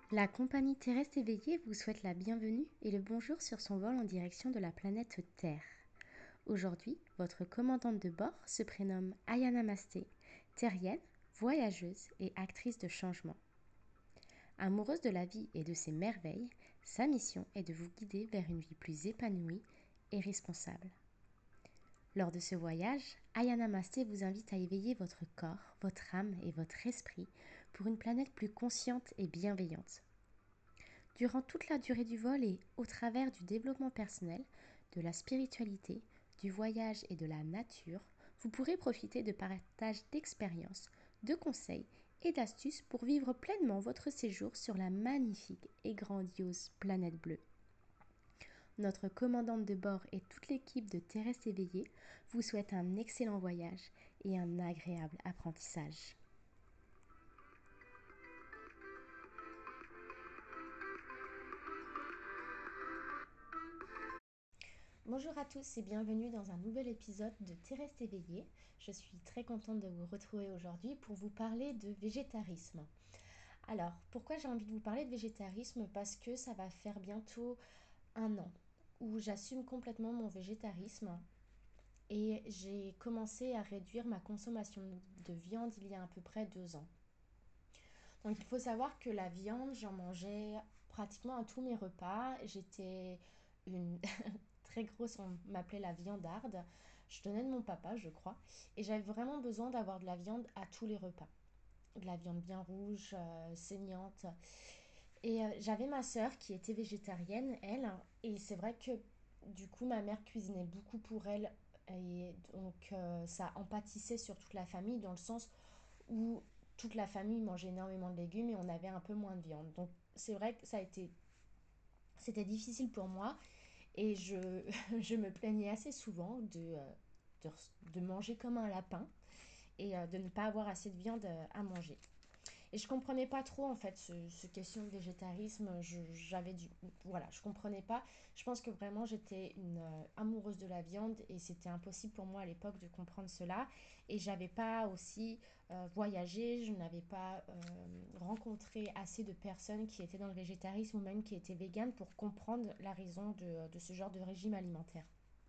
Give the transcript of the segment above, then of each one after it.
La compagnie terrestre éveillée vous souhaite la bienvenue et le bonjour sur son vol en direction de la planète Terre. Aujourd'hui, votre commandante de bord se prénomme Ayana Masté, terrienne, voyageuse et actrice de changement. Amoureuse de la vie et de ses merveilles, sa mission est de vous guider vers une vie plus épanouie et responsable. Lors de ce voyage, Ayana Masté vous invite à éveiller votre corps, votre âme et votre esprit pour une planète plus consciente et bienveillante. Durant toute la durée du vol et au travers du développement personnel, de la spiritualité, du voyage et de la nature, vous pourrez profiter de partages d'expériences, de conseils et d'astuces pour vivre pleinement votre séjour sur la magnifique et grandiose planète bleue. Notre commandante de bord et toute l'équipe de Terrestre éveillée vous souhaitent un excellent voyage et un agréable apprentissage. Bonjour à tous et bienvenue dans un nouvel épisode de Terrestre éveillé. Je suis très contente de vous retrouver aujourd'hui pour vous parler de végétarisme. Alors, pourquoi j'ai envie de vous parler de végétarisme? Parce que ça va faire bientôt un an où j'assume complètement mon végétarisme et j'ai commencé à réduire ma consommation de viande il y a à peu près 2 ans. Donc il faut savoir que la viande, j'en mangeais pratiquement à tous mes repas. J'étais une très grosse, on m'appelait la viandarde. Je tenais de mon papa, je crois. Et j'avais vraiment besoin d'avoir de la viande à tous les repas. De la viande bien rouge, saignante. Et j'avais ma sœur qui était végétarienne, elle. Et c'est vrai que du coup, ma mère cuisinait beaucoup pour elle. Et donc, ça empâtissait sur toute la famille dans le sens où toute la famille mangeait énormément de légumes et on avait un peu moins de viande. Donc, c'est vrai que c'était difficile pour moi et je me plaignais assez souvent de, de manger comme un lapin et de ne pas avoir assez de viande à manger. Et je comprenais pas trop en fait ce question de végétarisme. J'avais du, voilà, je comprenais pas. Je pense que vraiment j'étais une amoureuse de la viande et c'était impossible pour moi à l'époque de comprendre cela. Et j'avais pas aussi voyagé, je n'avais pas rencontré assez de personnes qui étaient dans le végétarisme ou même qui étaient véganes pour comprendre la raison de ce genre de régime alimentaire.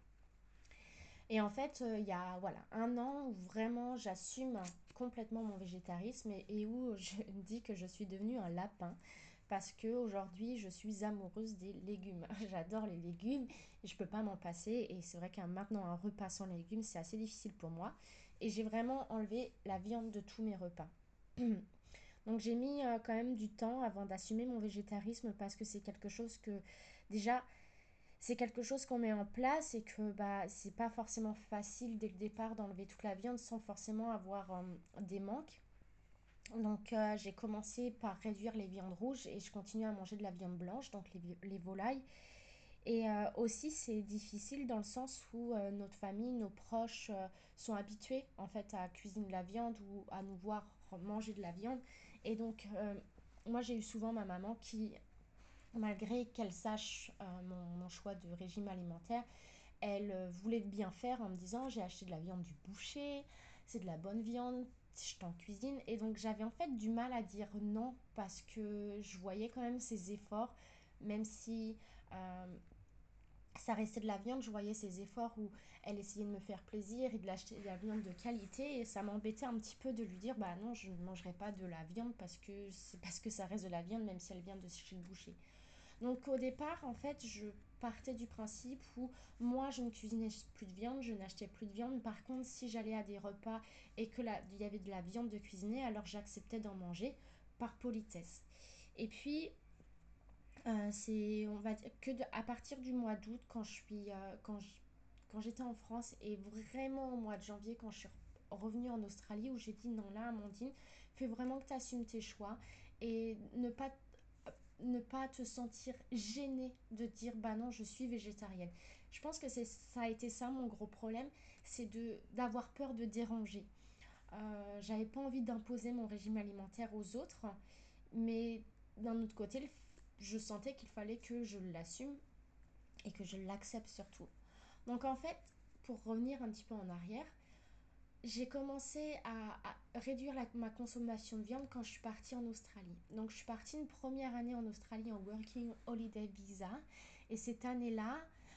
Et en fait, il y a voilà, un an où vraiment j'assume complètement mon végétarisme et où je dis que je suis devenue un lapin parce que aujourd'hui je suis amoureuse des légumes. J'adore les légumes et je peux pas m'en passer et c'est vrai qu'un maintenant un repas sans légumes c'est assez difficile pour moi et j'ai vraiment enlevé la viande de tous mes repas. Donc j'ai mis quand même du temps avant d'assumer mon végétarisme parce que c'est quelque chose que déjà c'est quelque chose qu'on met en place et que bah, c'est pas forcément facile dès le départ d'enlever toute la viande sans forcément avoir des manques. Donc j'ai commencé par réduire les viandes rouges et je continue à manger de la viande blanche, donc les volailles. Et aussi c'est difficile dans le sens où notre famille, nos proches sont habitués en fait à cuisiner de la viande ou à nous voir manger de la viande. Et donc moi j'ai eu souvent ma maman qui malgré qu'elle sache mon choix de régime alimentaire, elle voulait bien faire en me disant j'ai acheté de la viande du boucher, c'est de la bonne viande, je t'en cuisine. Et donc j'avais en fait du mal à dire non parce que je voyais quand même ses efforts, même si ça restait de la viande, je voyais ses efforts où elle essayait de me faire plaisir et de l'acheter de la viande de qualité et ça m'embêtait un petit peu de lui dire bah non je ne mangerai pas de la viande parce que c'est parce que ça reste de la viande même si elle vient de chez le boucher. Donc au départ, en fait, je partais du principe où moi, je ne cuisinais plus de viande, je n'achetais plus de viande. Par contre, si j'allais à des repas et que il y avait de la viande de cuisiner, alors j'acceptais d'en manger par politesse. Et puis, c'est, on va dire que à partir du mois d'août, quand j'étais en France et vraiment au mois de janvier, quand je suis revenue en Australie, où j'ai dit non là, Amandine, fais vraiment que tu assumes tes choix et ne pas te sentir gênée de dire bah non je suis végétarienne. Je pense que ça a été ça mon gros problème, c'est d'avoir peur de déranger. J'avais pas envie d'imposer mon régime alimentaire aux autres, mais d'un autre côté je sentais qu'il fallait que je l'assume et que je l'accepte surtout. Donc en fait, pour revenir un petit peu en arrière, j'ai commencé à réduire ma consommation de viande quand je suis partie en Australie. Donc je suis partie une première année en Australie en Working Holiday Visa. Et cette année-là,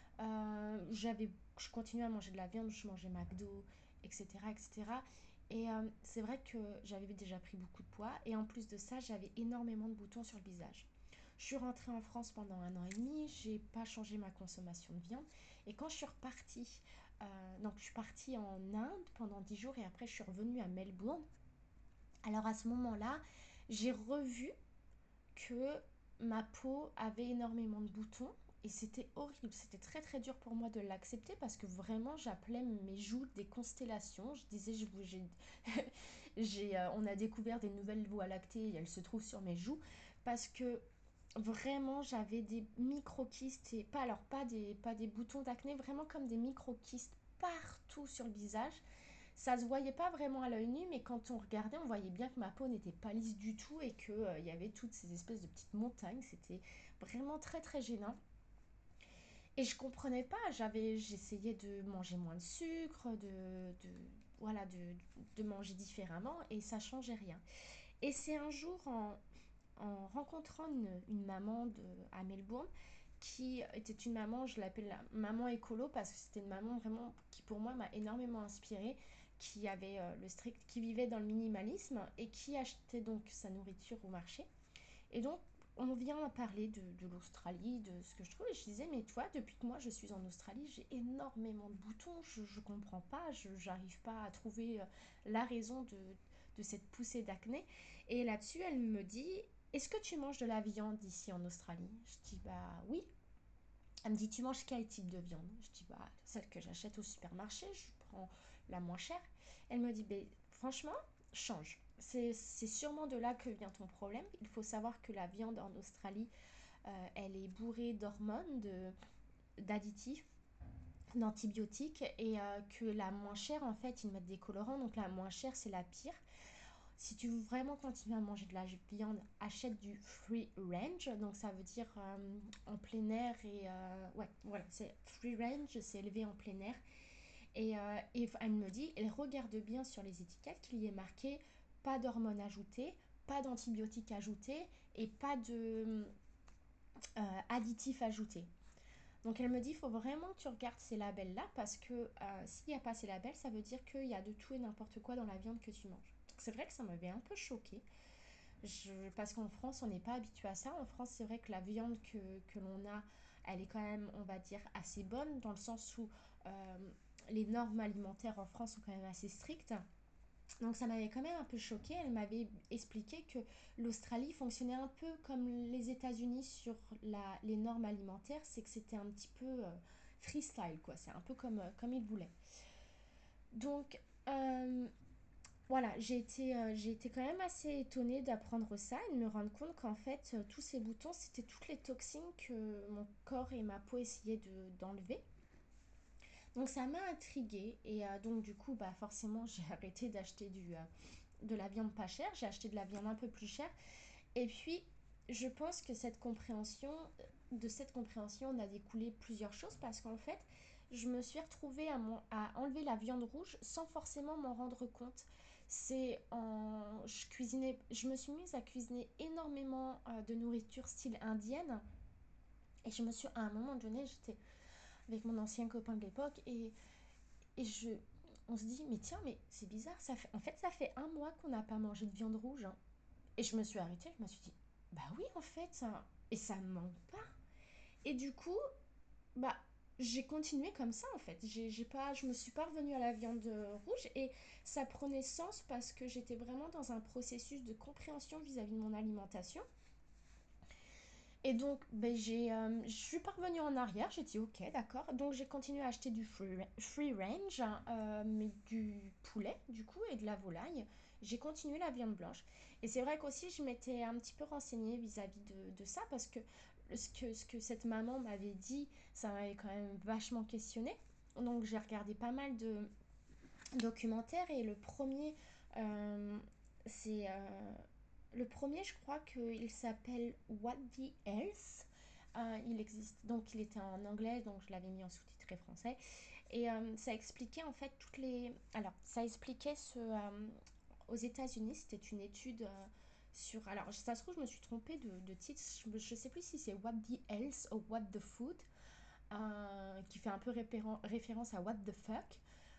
je continuais à manger de la viande, je mangeais McDo, etc. etc. Et c'est vrai que j'avais déjà pris beaucoup de poids. Et en plus de ça, j'avais énormément de boutons sur le visage. Je suis rentrée en France pendant 1 an et demi, j'ai pas changé ma consommation de viande. Et quand je suis repartie, donc je suis partie en Inde pendant 10 jours et après je suis revenue à Melbourne. Alors à ce moment-là, j'ai revu que ma peau avait énormément de boutons et c'était horrible. C'était très très dur pour moi de l'accepter parce que vraiment j'appelais mes joues des constellations. Je disais, on a découvert des nouvelles voies lactées et elles se trouvent sur mes joues parce que vraiment j'avais des micro-kystes et pas des boutons d'acné, vraiment comme des micro-kystes partout sur le visage. Ça se voyait pas vraiment à l'œil nu, mais quand on regardait, on voyait bien que ma peau n'était pas lisse du tout et qu'il y avait toutes ces espèces de petites montagnes. C'était vraiment très très gênant. Et je comprenais pas, j'essayais de manger moins de sucre, voilà, de manger différemment et ça changeait rien. Et c'est un jour en rencontrant une maman à Melbourne qui était une maman, je l'appelle la maman écolo parce que c'était une maman vraiment qui pour moi m'a énormément inspirée, qui avait qui vivait dans le minimalisme et qui achetait donc sa nourriture au marché. Et donc on vient à parler de l'Australie, de ce que je trouve et je disais mais toi depuis que moi je suis en Australie j'ai énormément de boutons, je comprends pas, j'arrive pas à trouver la raison de cette poussée d'acné. Et là-dessus elle me dit est-ce que tu manges de la viande ici en Australie? Je dis bah oui. Elle me dit tu manges quel type de viande? Je dis bah celle que j'achète au supermarché, je prends la moins chère. Elle me dit ben franchement change. C'est sûrement de là que vient ton problème. Il faut savoir que la viande en Australie, elle est bourrée d'hormones, d'additifs, d'antibiotiques et que la moins chère en fait ils mettent des colorants donc la moins chère c'est la pire. Si tu veux vraiment continuer à manger de la viande, achète du free range. Donc ça veut dire en plein air et ouais, voilà, c'est free range, c'est élevé en plein air. Et elle me dit, elle regarde bien sur les étiquettes qu'il y ait marqué pas d'hormones ajoutées, pas d'antibiotiques ajoutés et pas de additifs ajoutés. Donc elle me dit, il faut vraiment que tu regardes ces labels-là parce que s'il n'y a pas ces labels, ça veut dire qu'il y a de tout et n'importe quoi dans la viande que tu manges. C'est vrai que ça m'avait un peu choquée. Parce qu'en France, on n'est pas habitué à ça. En France, c'est vrai que la viande que l'on a, elle est quand même, on va dire, assez bonne, dans le sens où les normes alimentaires en France sont quand même assez strictes. Donc ça m'avait quand même un peu choquée. Elle m'avait expliqué que l'Australie fonctionnait un peu comme les États-Unis sur les normes alimentaires, c'est que c'était un petit peu freestyle, quoi. C'est un peu comme ils voulaient. Donc, voilà, j'ai été quand même assez étonnée d'apprendre ça et de me rendre compte qu'en fait, tous ces boutons, c'était toutes les toxines que mon corps et ma peau essayaient d'enlever. Donc ça m'a intriguée et donc du coup, bah, forcément, j'ai arrêté d'acheter de la viande pas chère, j'ai acheté de la viande un peu plus chère. Et puis, je pense que de cette compréhension, on a découlé plusieurs choses parce qu'en fait, je me suis retrouvée à enlever la viande rouge sans forcément m'en rendre compte. Je me suis mise à cuisiner énormément de nourriture style indienne et à un moment donné, j'étais avec mon ancien copain de l'époque et on se dit mais tiens mais c'est bizarre, en fait ça fait 1 mois qu'on n'a pas mangé de viande rouge, hein. Et je me suis arrêtée, je me suis dit, bah oui, en fait, et ça me manque pas. Et du coup, bah, j'ai continué comme ça, en fait. Je me suis pas revenue à la viande rouge et ça prenait sens parce que j'étais vraiment dans un processus de compréhension vis-à-vis de mon alimentation. Et donc, ben, je suis pas revenue en arrière, j'ai dit ok, d'accord. Donc, j'ai continué à acheter du free range, hein, mais du poulet, du coup, et de la volaille. J'ai continué la viande blanche. Et c'est vrai qu'aussi, je m'étais un petit peu renseignée vis-à-vis de ça, parce que ce que cette maman m'avait dit, ça m'avait quand même vachement questionné. Donc, j'ai regardé pas mal de documentaires, et euh, c'est. Le premier, je crois qu'il s'appelle What the Health. il existe, donc il était en anglais, donc je l'avais mis en sous-titré français. Et ça expliquait en fait toutes les... Alors, ça expliquait aux États-Unis, c'était une étude sur... Alors, ça se trouve, je me suis trompée de titre. Je ne sais plus si c'est What the Health ou What the Food, qui fait un peu référence à What the Fuck.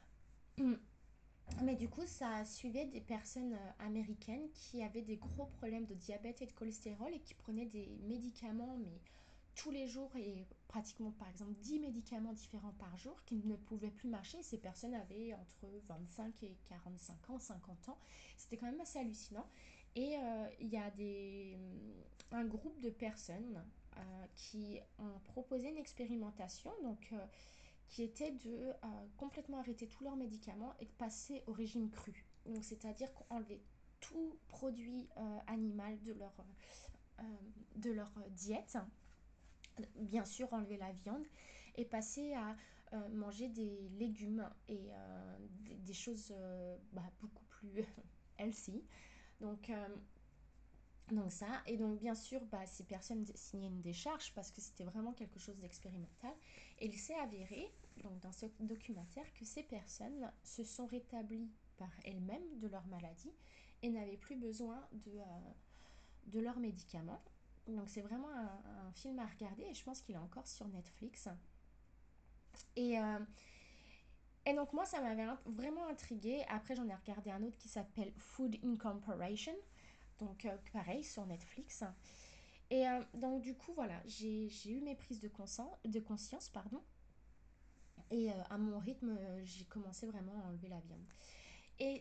Mais du coup, ça suivait des personnes américaines qui avaient des gros problèmes de diabète et de cholestérol et qui prenaient des médicaments, mais tous les jours et pratiquement par exemple 10 médicaments différents par jour qui ne pouvaient plus marcher. Ces personnes avaient entre 25 et 45 ans, 50 ans. C'était quand même assez hallucinant. Et il y a un groupe de personnes qui ont proposé une expérimentation, qui était de complètement arrêter tous leurs médicaments et de passer au régime cru. Donc c'est-à-dire qu'enlever tout produit animal de leur diète, bien sûr enlever la viande et passer à manger des légumes et des choses beaucoup plus healthy. Donc, euh, donc ça, et donc bien sûr, ces personnes signaient une décharge parce que c'était vraiment quelque chose d'expérimental. Et il s'est avéré, donc dans ce documentaire, que ces personnes se sont rétablies par elles-mêmes de leur maladie et n'avaient plus besoin de leurs médicaments. Donc c'est vraiment un film à regarder et je pense qu'il est encore sur Netflix. Et, euh, et donc moi ça m'avait vraiment intriguée. Après j'en ai regardé un autre qui s'appelle Food Incorporation. Donc pareil sur Netflix. Et donc du coup voilà, j'ai eu mes prises de conscience, pardon. Et à mon rythme, j'ai commencé vraiment à enlever la viande. Et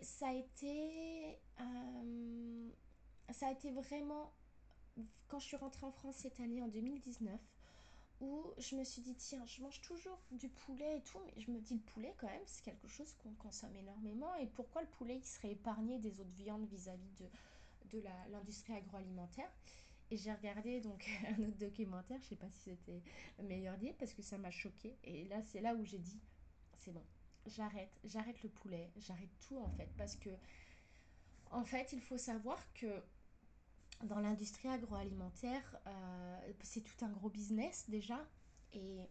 ça a été vraiment quand je suis rentrée en France cette année en 2019 où je me suis dit tiens je mange toujours du poulet et tout mais je me dis le poulet quand même c'est quelque chose qu'on consomme énormément et pourquoi le poulet il serait épargné des autres viandes vis-à-vis de l'industrie agroalimentaire. Et j'ai regardé donc un autre documentaire, je sais pas si c'était le meilleur dire parce que ça m'a choqué. Et là, c'est là où j'ai dit, c'est bon, j'arrête le poulet, j'arrête tout en fait. Parce que, en fait, il faut savoir que dans l'industrie agroalimentaire, c'est tout un gros business déjà. Et,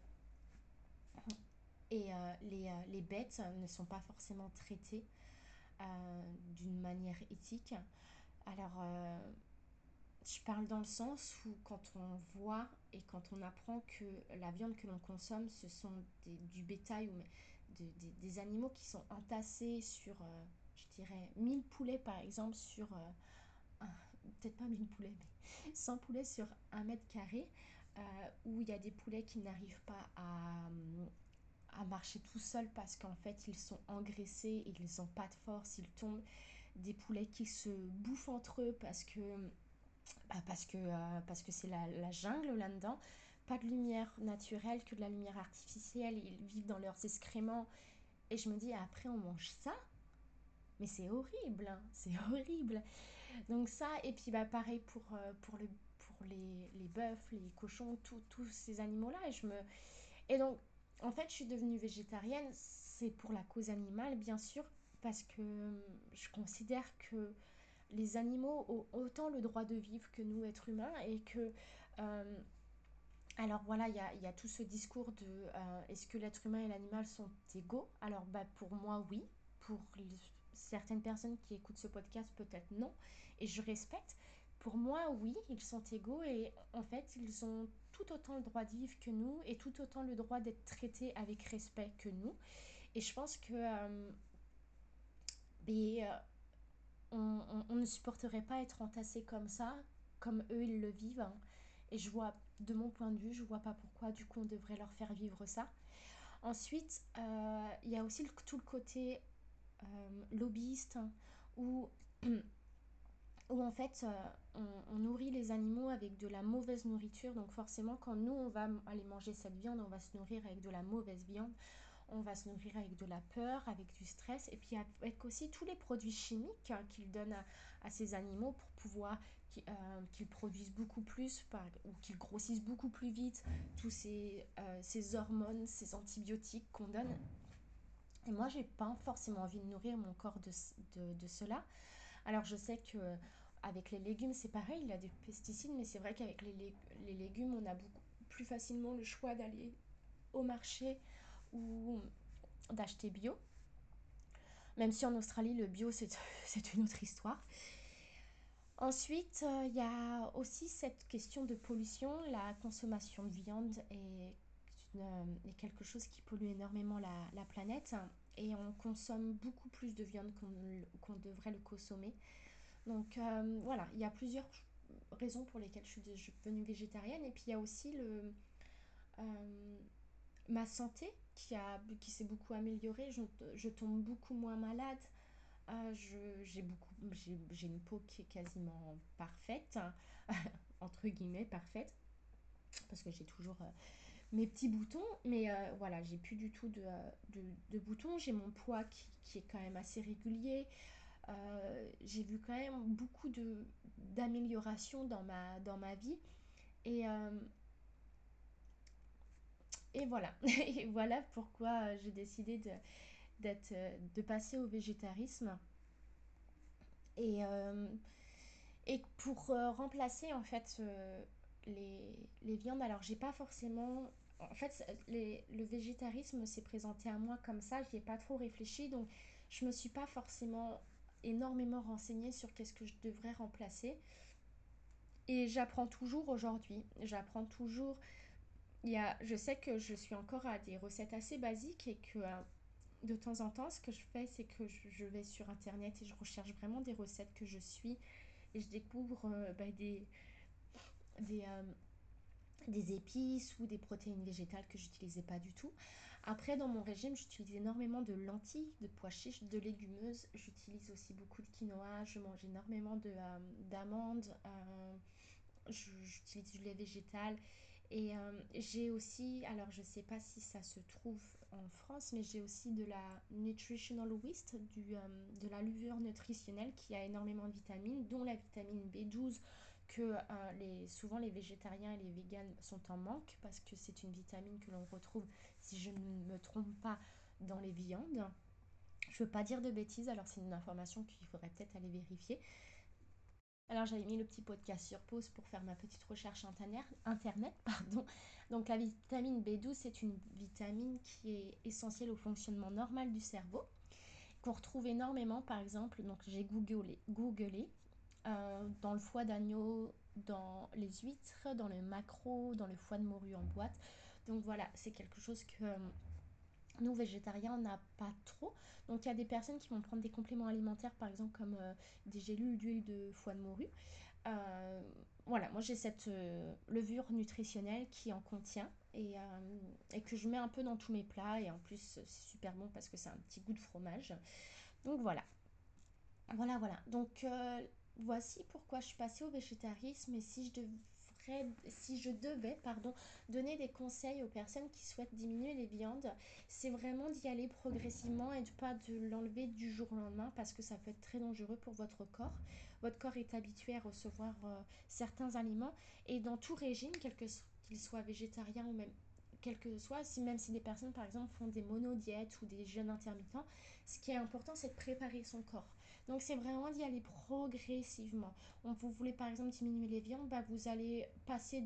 les bêtes ne sont pas forcément traitées d'une manière éthique. Alors, je parle dans le sens où quand on voit et quand on apprend que la viande que l'on consomme, ce sont du bétail ou des animaux qui sont entassés sur, je dirais, 1000 poulets par exemple, peut-être pas 1000 poulets, mais 100 poulets sur 1 mètre carré, où il y a des poulets qui n'arrivent pas à marcher tout seuls parce qu'en fait ils sont engraissés et ils n'ont pas de force, ils tombent, des poulets qui se bouffent entre eux parce que c'est la jungle là-dedans. Pas de lumière naturelle, que de la lumière artificielle. Ils vivent dans leurs excréments. Et je me dis, après, on mange ça. Mais c'est horrible, hein, c'est horrible. Donc ça, et puis pareil pour les bœufs, les cochons, tous ces animaux-là. Et donc, en fait, je suis devenue végétarienne. C'est pour la cause animale, bien sûr, parce que je considère que les animaux ont autant le droit de vivre que nous, êtres humains, et que... euh, alors voilà, il y a tout ce discours de est-ce que l'être humain et l'animal sont égaux. Alors pour moi, oui. Pour certaines personnes qui écoutent ce podcast, peut-être non. Et je respecte. Pour moi, oui, ils sont égaux et en fait, ils ont tout autant le droit de vivre que nous et tout autant le droit d'être traités avec respect que nous. Et je pense que mais, on ne supporterait pas être entassé comme ça, comme eux ils le vivent, hein. Et de mon point de vue, je vois pas pourquoi du coup on devrait leur faire vivre ça. Ensuite, il y a aussi tout le côté lobbyiste, hein, où, où en fait on nourrit les animaux avec de la mauvaise nourriture. Donc forcément, quand nous on va aller manger cette viande, on va se nourrir avec de la mauvaise viande. On va se nourrir avec de la peur, avec du stress, et puis avec aussi tous les produits chimiques qu'ils donnent à ces animaux pour pouvoir qu'ils produisent beaucoup plus ou qu'ils grossissent beaucoup plus vite, tous ces hormones, ces antibiotiques qu'on donne. Et moi, j'ai pas forcément envie de nourrir mon corps de cela. Alors, je sais que avec les légumes, c'est pareil, il y a des pesticides, mais c'est vrai qu'avec les légumes, on a beaucoup plus facilement le choix d'aller au marché ou d'acheter bio. Même si en Australie, le bio, c'est une autre histoire. Ensuite, il y a aussi cette question de pollution. La consommation de viande est quelque chose qui pollue énormément la planète. Et on consomme beaucoup plus de viande qu'on devrait le consommer. Donc voilà, il y a plusieurs raisons pour lesquelles je suis devenue végétarienne. Et puis il y a aussi euh, ma santé qui s'est beaucoup améliorée. Je tombe beaucoup moins malade. J'ai une peau qui est quasiment parfaite, entre guillemets parfaite, parce que j'ai toujours mes petits boutons, mais voilà, j'ai plus du tout de boutons. J'ai mon poids qui est quand même assez régulier. J'ai vu quand même beaucoup d'améliorations dans ma vie. Et, euh, et voilà. Et voilà pourquoi j'ai décidé de passer au végétarisme. Et, euh, et pour remplacer en fait les viandes, alors j'ai pas forcément. En fait, le végétarisme s'est présenté à moi comme ça, j'y ai pas trop réfléchi, donc je me suis pas forcément énormément renseignée sur qu'est-ce que je devrais remplacer. Et j'apprends toujours aujourd'hui. J'apprends toujours. Je sais que je suis encore à des recettes assez basiques et que de temps en temps, ce que je fais, c'est que je vais sur Internet et je recherche vraiment des recettes que je suis et je découvre des, euh, des épices ou des protéines végétales que j'utilisais pas du tout. Après, dans mon régime, j'utilise énormément de lentilles, de pois chiches, de légumineuses. J'utilise aussi beaucoup de quinoa. Je mange énormément d'amandes. J'utilise du lait végétal. Et j'ai aussi, alors je sais pas si ça se trouve en France, mais j'ai aussi de la nutritional waste, de la levure nutritionnelle qui a énormément de vitamines, dont la vitamine B12 que souvent les végétariens et les véganes sont en manque parce que c'est une vitamine que l'on retrouve, si je ne me trompe pas, dans les viandes. Je veux pas dire de bêtises, alors c'est une information qu'il faudrait peut-être aller vérifier. Alors j'avais mis le petit podcast sur pause pour faire ma petite recherche internet. Pardon. Donc la vitamine B12, c'est une vitamine qui est essentielle au fonctionnement normal du cerveau, qu'on retrouve énormément par exemple, donc j'ai googlé dans le foie d'agneau, dans les huîtres, dans le maquereau, dans le foie de morue en boîte. Donc voilà, c'est quelque chose que nous, végétariens, on n'a pas trop. Donc, il y a des personnes qui vont prendre des compléments alimentaires, par exemple, comme des gélules d'huile de foie de morue. Euh, voilà, moi, j'ai cette levure nutritionnelle qui en contient et que je mets un peu dans tous mes plats. Et en plus, c'est super bon parce que c'est un petit goût de fromage. Donc, voilà. Voilà, voilà. Donc, voici pourquoi je suis passée au végétarisme. Et si je devais, pardon, donner des conseils aux personnes qui souhaitent diminuer les viandes, c'est vraiment d'y aller progressivement et de pas de l'enlever du jour au lendemain parce que ça peut être très dangereux pour votre corps. Votre corps est habitué à recevoir certains aliments et dans tout régime, qu'il soit végétarien ou même quel que soit, même si des personnes par exemple font des monodiètes ou des jeûnes intermittents, ce qui est important c'est de préparer son corps. Donc c'est vraiment d'y aller progressivement. Vous voulez par exemple diminuer les viandes, bah, vous allez passer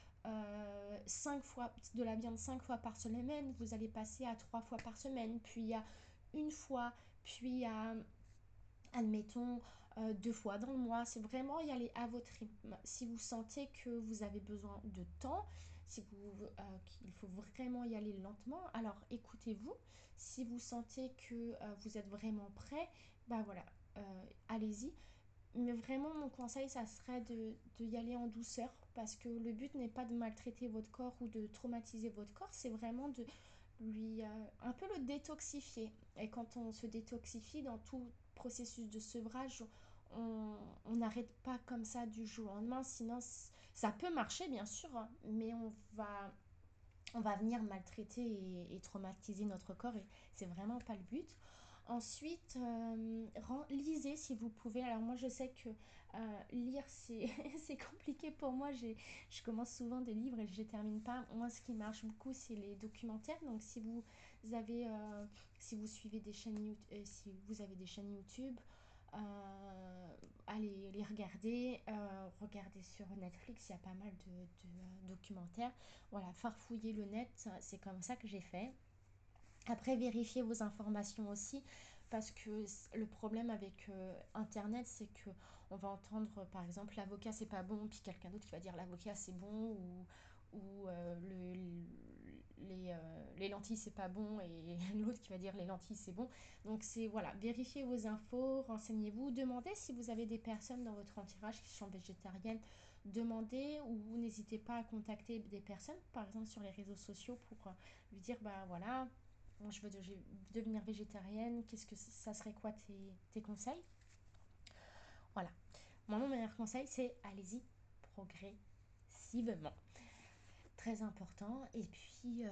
de la viande 5 fois par semaine, vous allez passer à 3 fois par semaine, puis à une fois, puis à, admettons, 2 fois dans le mois. C'est vraiment y aller à votre rythme. Si vous sentez que vous avez besoin de temps, qu'il faut vraiment y aller lentement, alors écoutez-vous. Si vous sentez que vous êtes vraiment prêt, bah voilà, allez-y. Mais vraiment, mon conseil, ça serait de y aller en douceur parce que le but n'est pas de maltraiter votre corps ou de traumatiser votre corps, c'est vraiment de lui un peu le détoxifier. Et quand on se détoxifie dans tout processus de sevrage, on n'arrête pas comme ça du jour au lendemain, sinon ça peut marcher bien sûr, hein, mais on va venir maltraiter et traumatiser notre corps et c'est vraiment pas le but. Ensuite, lisez si vous pouvez. Alors moi je sais que lire c'est compliqué pour moi. Je commence souvent des livres et je les termine pas. Moi ce qui marche beaucoup c'est les documentaires. Donc avez, si vous suivez des chaînes, si vous avez des chaînes YouTube, à les regarder. Regarder sur Netflix, il y a pas mal de documentaires. Voilà, farfouiller le net, c'est comme ça que j'ai fait. Après, vérifiez vos informations aussi, parce que le problème avec Internet, c'est que on va entendre, par exemple, l'avocat c'est pas bon, puis quelqu'un d'autre qui va dire l'avocat c'est bon, ou les lentilles c'est pas bon, et l'autre qui va dire les lentilles c'est bon. Donc c'est voilà, vérifiez vos infos, renseignez-vous, demandez si vous avez des personnes dans votre entourage qui sont végétariennes, demandez, ou n'hésitez pas à contacter des personnes, par exemple sur les réseaux sociaux, pour lui dire bah voilà, je veux devenir végétarienne, qu'est-ce que ça serait quoi tes conseils? Voilà. Moi, mon meilleur conseil, c'est allez-y progressivement. Très important. Et puis,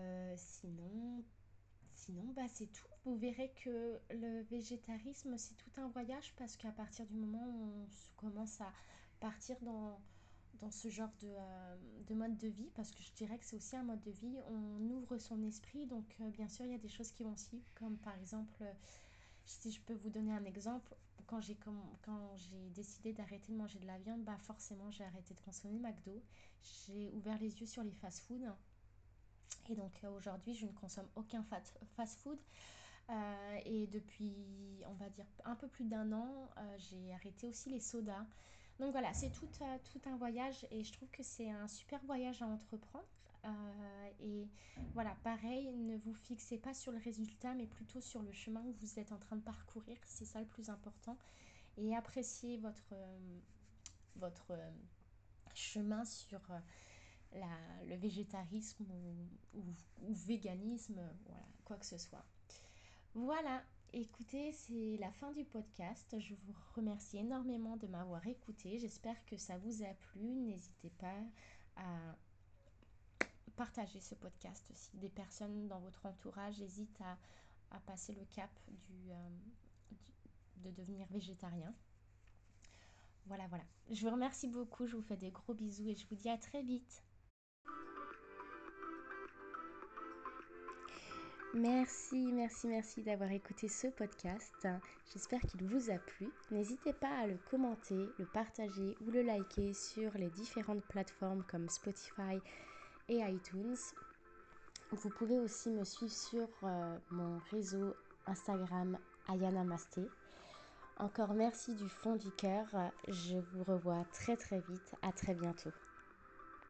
sinon bah, c'est tout. Vous verrez que le végétarisme, c'est tout un voyage, parce qu'à partir du moment où on commence à partir dans ce genre de mode de vie, parce que je dirais que c'est aussi un mode de vie, on ouvre son esprit. Donc, bien sûr, il y a des choses qui vont suivre, comme par exemple, si je peux vous donner un exemple, quand j'ai décidé d'arrêter de manger de la viande, bah forcément, j'ai arrêté de consommer McDo. J'ai ouvert les yeux sur les fast-foods. Et donc, aujourd'hui, je ne consomme aucun fast-food. Et depuis, on va dire, un peu plus d'un an, j'ai arrêté aussi les sodas. Donc voilà, c'est tout un voyage, et je trouve que c'est un super voyage à entreprendre. Et voilà, pareil, ne vous fixez pas sur le résultat, mais plutôt sur le chemin que vous êtes en train de parcourir. C'est ça le plus important. Et appréciez votre chemin sur le végétarisme, ou véganisme, voilà, quoi que ce soit. Voilà, écoutez, c'est la fin du podcast. Je vous remercie énormément de m'avoir écouté. J'espère que ça vous a plu. N'hésitez pas à partager ce podcast si des personnes dans votre entourage hésitent à passer le cap de devenir végétarien. Voilà, voilà. Je vous remercie beaucoup. Je vous fais des gros bisous et je vous dis à très vite. Merci d'avoir écouté ce podcast. J'espère qu'il vous a plu. N'hésitez pas à le commenter, le partager ou le liker sur les différentes plateformes comme Spotify et iTunes. Vous pouvez aussi me suivre sur mon réseau Instagram Ayana Masté. Encore merci du fond du cœur. Je vous revois très très vite. À très bientôt.